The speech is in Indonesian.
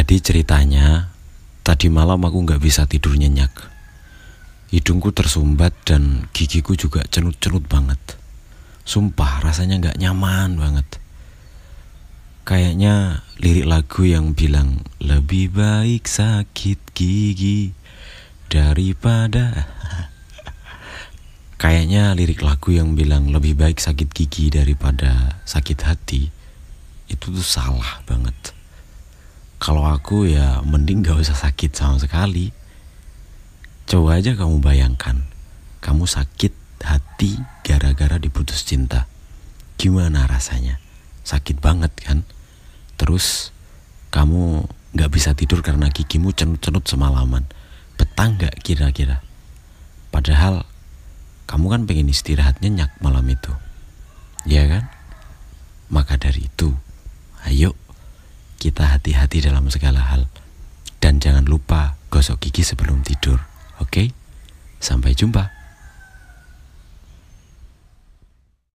Jadi ceritanya, tadi malam aku gak bisa tidur nyenyak. Hidungku tersumbat dan gigiku juga cenut-cenut banget. Sumpah rasanya gak nyaman banget. Kayaknya lirik lagu yang bilang lebih baik sakit gigi daripada Kayaknya lirik lagu yang bilang lebih baik sakit gigi daripada sakit hati itu tuh salah banget. Kalau aku ya mending gak usah sakit sama sekali. Coba aja kamu bayangkan, kamu sakit hati gara-gara diputus cinta. Gimana rasanya? Sakit banget kan? Terus kamu gak bisa tidur karena gigimu cenut-cenut semalaman. Betah gak kira-kira? Padahal kamu kan pengen istirahat nyenyak malam itu, ya kan? Maka dari itu, ayo kita hati-hati dalam segala hal. Dan jangan lupa gosok gigi sebelum tidur, oke? Sampai jumpa.